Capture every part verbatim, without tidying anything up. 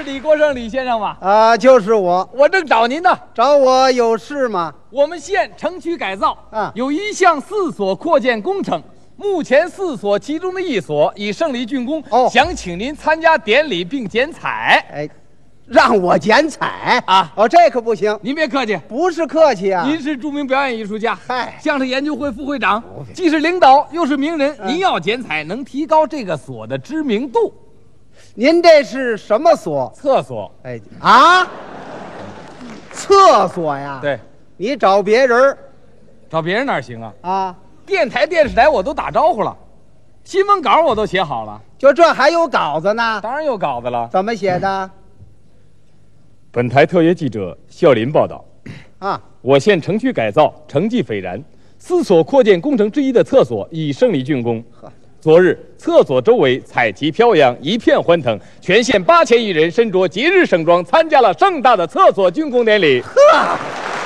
李国盛李先生吗？ 啊，就是我。 我正找您呢。 找我有事吗？ 我们县城区改造啊， 有一项四所扩建工程，目前四所其中的一所已胜利竣工， 哦， 想请您参加典礼并剪彩。 哎，让我剪彩啊？ 哦，这可不行。 您别客气， 不是客气啊。 您是著名表演艺术家， 嗨， 相声研究会副会长，既是领导又是名人，您要剪彩，能提高这个所的知名度。 您这是什么所？ 厕所。 哎啊，厕所呀？ 对， 你找别人， 找别人哪行啊？ 啊， 电台、电视台我都打招呼了，新闻稿我都写好了， 就这还有稿子呢？ 当然有稿子了。 怎么写的？ 本台特约记者肖林报道： 啊， 我县城区改造成绩斐然，四所扩建工程之一的厕所已胜利竣工。昨日，厕所周围彩旗飘扬，一片欢腾，全县八千余人身着节日盛装，参加了盛大的厕所竣工典礼。 呵，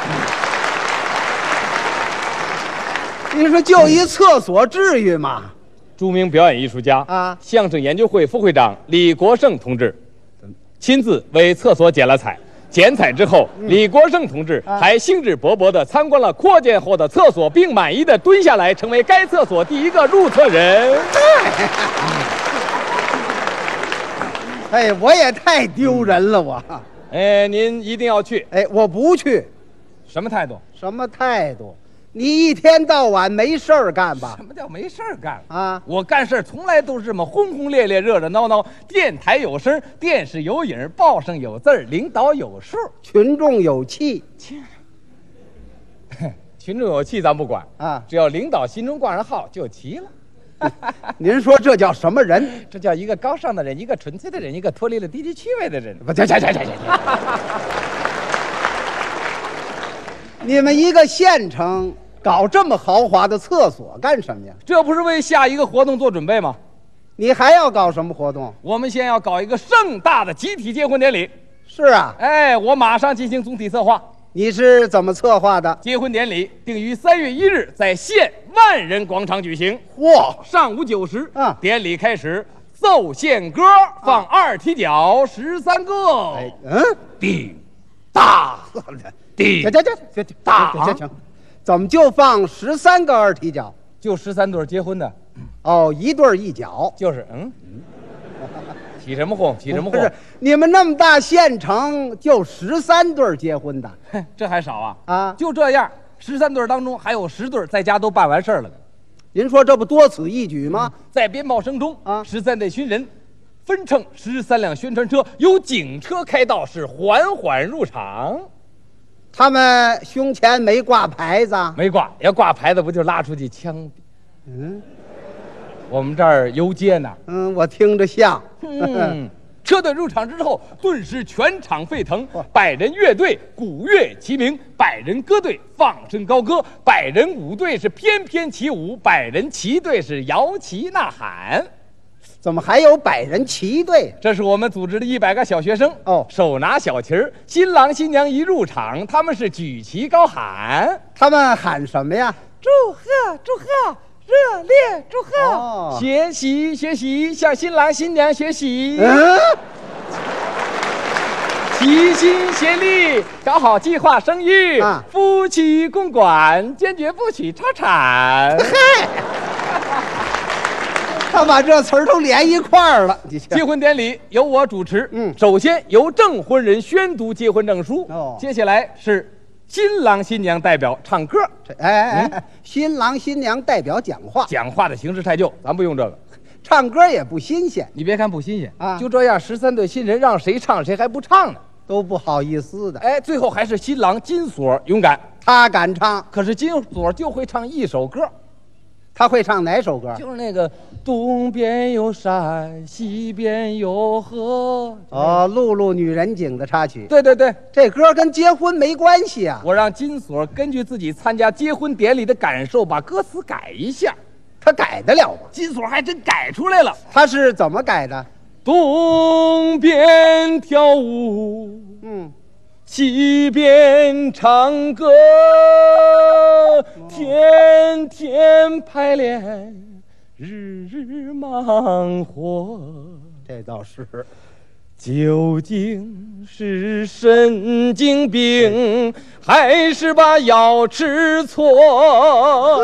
你说就一厕所至于吗？ 著名表演艺术家啊， 相声研究会副会长李国盛同志亲自为厕所剪了彩。剪彩之后，嗯、李国盛同志还兴致勃勃地参观了扩建后的厕所，并满意地蹲下来，成为该厕所第一个入厕人。 哎，我也太丢人了，我。 哎，您一定要去。 哎，我不去。 什么态度？ 什么态度？你一天到晚没事儿干吧？ 什么叫没事儿干啊？ 我干事从来都是这么轰轰烈烈、热热闹闹。电台有声，电视有影，报上有字儿，领导有数， 群众有气。 群众有气咱不管啊， 只要领导心中挂上号就齐了。 您说这叫什么人？ 这叫一个高尚的人，一个纯粹的人，一个脱离了低级趣味的人。 不，这这这这这。你们一个县城搞这么豪华的厕所干什么呀？ 这不是为下一个活动做准备吗？ 你还要搞什么活动？ 我们先要搞一个盛大的集体结婚典礼。 是啊， 哎，我马上进行总体策划。 你是怎么策划的？ 结婚典礼定于三月一日在县万人广场举行。 嚯， 上午九时， 啊， 典礼开始，奏献歌，放二踢脚十三个。 哎，嗯， 叮当。 行行行行大行行，怎么就放十三个二踢脚？ 就十三对结婚的， 哦，一对一脚， 就是嗯，起什么哄？起什么哄？ 不是，你们那么大县城就十三对结婚的， 这还少啊？ 啊， 就这样，十三对当中还有十对在家都办完事儿了。 您说这不多此一举吗？ 嗯、在鞭炮声中啊， 十三队军人分乘十三辆宣传车，由警车开道，是缓缓入场。 他们胸前没挂牌子？ 没挂，要挂牌子不就拉出去枪毙？ 嗯， 我们这儿游街呢。 嗯，我听着像。 嗯，车队入场之后，顿时全场沸腾，百人乐队鼓乐齐鸣，百人歌队放声高歌，百人舞队是翩翩起舞，百人旗队是摇旗呐喊。 怎么还有百人旗队？ 这是我们组织的一百个小学生哦， 手拿小旗儿，新郎新娘一入场，他们是举旗高喊。 他们喊什么呀？ 祝贺祝贺，热烈祝贺！ 哦， 学习学习，向新郎新娘学习。 嗯， 齐心协力，搞好计划生育， 啊， 夫妻共管，坚决不许超产。 嗨。他把这词儿都连一块儿了。 结婚典礼由我主持， 嗯， 首先由证婚人宣读结婚证书， 哦， 接下来是新郎新娘代表唱歌， 哎哎哎，嗯、新郎新娘代表讲话， 讲话的形式太旧，咱不用这个， 唱歌也不新鲜。 你别看不新鲜啊， 就这样，十三对新人让谁唱谁还不唱呢， 都不好意思的。 哎，最后还是新郎金锁勇敢， 他敢唱， 可是金锁就会唱一首歌。 他会唱哪首歌？ 就是那个东边有山，西边有河。 哦，露露女人景的插曲。 对对对， 这歌跟结婚没关系啊。 我让金锁根据自己参加结婚典礼的感受，把歌词改一下。 他改得了吗？ 金锁还真改出来了。 他是怎么改的？ 东边跳舞， 嗯。 西边唱歌，天天排练，日日忙活。 这倒是， 究竟是神经病，还是把药吃错？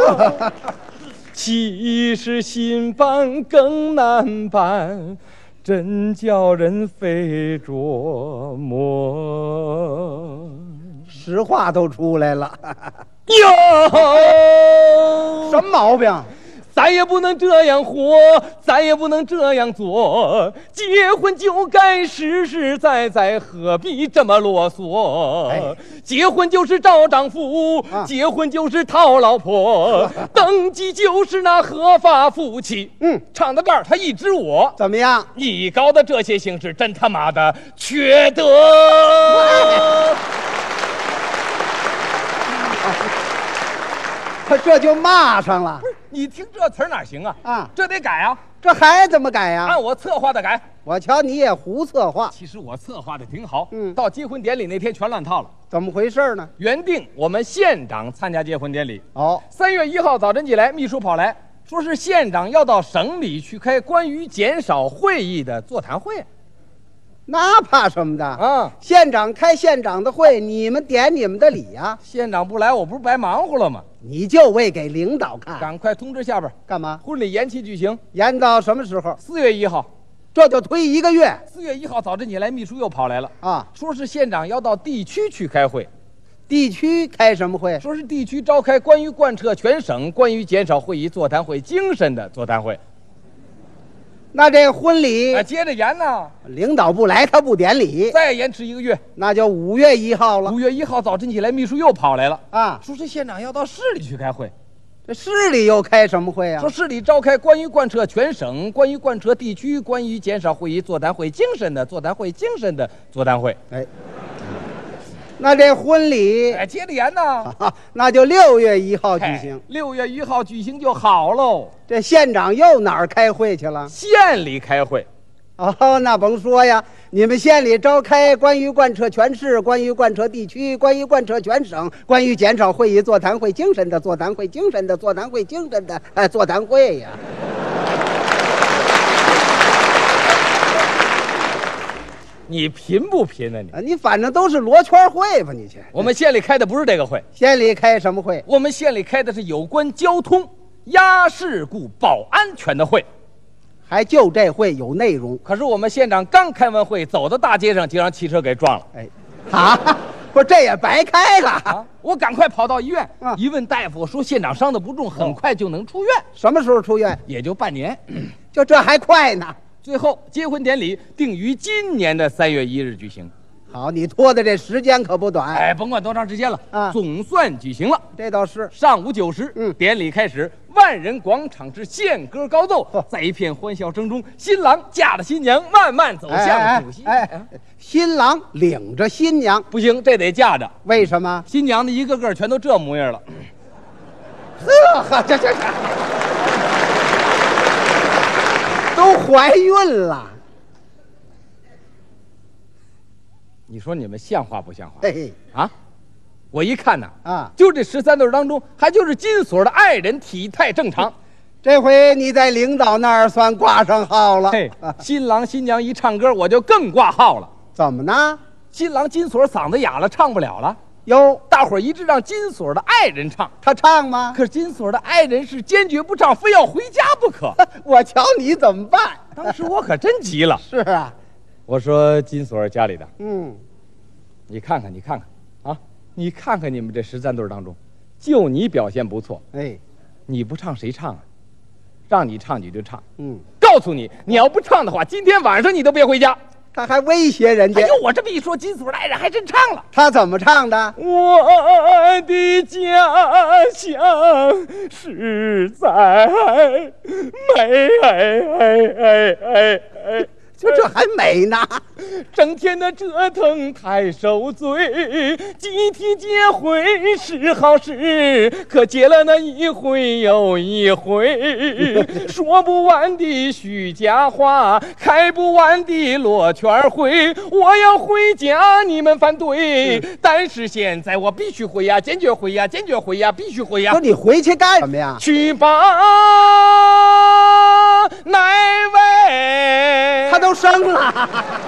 其实心办更难办，真叫人费琢磨。 实话都出来了。 哟， 什么毛病？ 咱也不能这样活，咱也不能这样做。结婚就该实实在在，何必这么啰嗦？ 哎、 结婚就是找丈夫， 啊、 结婚就是讨老婆，登记就是那合法夫妻。 嗯， 唱到这儿，他一指我， 怎么样？ 你搞的这些形式真他妈的缺德！ 他这就骂上了。 你听这词儿哪行啊？ 啊， 这得改啊！ 这还怎么改呀、啊？ 按我策划的改。 我瞧你也胡策划。 其实我策划的挺好， 嗯， 到结婚典礼那天全乱套了。 怎么回事呢？ 原定我们县长参加结婚典礼， 哦， 三月一号早晨起来，秘书跑来说是县长要到省里去开关于减少会议的座谈会。 那怕什么的啊？ 县长开县长的会，你们点你们的礼呀、啊。 县长不来，我不是白忙活了吗？ 你就为给领导看， 赶快通知下边干嘛？ 婚礼延期举行， 延到什么时候？ 四月一号， 这就推一个月。 四月一号早晨起来，秘书又跑来了啊， 说是县长要到地区去开会。 地区开什么会？ 说是地区召开关于贯彻全省关于减少会议座谈会精神的座谈会。 那这婚礼啊，接着延呢。 领导不来，他不典礼， 再延迟一个月， 那就五月一号了。 五月一号早晨起来，秘书又跑来了啊， 说是县长要到市里去开会。 这市里又开什么会啊？ 说市里召开关于贯彻全省、关于贯彻地区、关于减少会议座谈会精神的座谈会精神的座谈会。 哎，那这婚礼哎，接着延呢、 啊，那就六月一号举行。 六月一号举行就好喽。 这县长又哪儿开会去了？ 县里开会。 哦，那甭说呀，你们县里召开关于贯彻全市、关于贯彻地区、关于贯彻全省、关于减少会议座谈会精神的座谈会精神的座谈会精神的哎座谈会呀。 你贫不贫啊你？ 啊，你反正都是罗圈会吧？你去。 我们县里开的不是这个会， 县里开什么会？ 我们县里开的是有关交通、压事故、保安全的会。 还就这会有内容。 可是我们县长刚开完会，走到大街上就让汽车给撞了。 哎，啊，不是这也白开了啊！我赶快跑到医院， 啊、 一问大夫说县长伤得不重，很快就能出院。 什么时候出院？ 也就半年， 就这还快呢。 最后结婚典礼定于今年的三月一日举行。 好，你拖的这时间可不短。 哎，甭管多长时间了啊， 总算举行了。 这倒是。 上午九时， 嗯， 典礼开始，万人广场之献歌高奏， 哦、 在一片欢笑声中，新郎驾着新娘慢慢走向主席。 哎，哎哎新郎领着新娘， 不行，这得架着。 为什么？ 新娘的一个个全都这模样了。 呵呵，这这这，都怀孕了。 你说你们像话不像话？ 嘿啊！我一看呐， 啊， 就这十三对当中，还就是金锁的爱人体态正常。 这回你在领导那儿算挂上号了。 嘿，新郎新娘一唱歌，我就更挂号了。 怎么呢？ 新郎金锁嗓子哑了，唱不了了。 哟， 大伙儿一致让金锁的爱人唱， 他唱吗？ 可是金锁的爱人是坚决不唱，非要回家不可。 我瞧你怎么办？ 当时我可真急了。 是啊。 我说金锁家里的， 嗯， 你看看，你看看，啊，你看看你们这十三对当中，就你表现不错， 哎， 你不唱谁唱啊？让你唱你就唱， 嗯， 告诉你，你要不唱的话，今天晚上你都别回家。 他还威胁人家。 哎呦，我这么一说，金锁的爱人还真唱了。 他怎么唱的？ 我的家乡实在美。 就这还美呢， 整天的折腾太受罪，集体结婚是好事，可结了那一回又一回，说不完的虚假话，开不完的罗圈会。我要回家，你们反对，嗯、但是现在我必须回呀，坚决回呀，坚决回呀，必须回呀。 说你回去干什么呀？ 去吧，哪位？ 他都生了。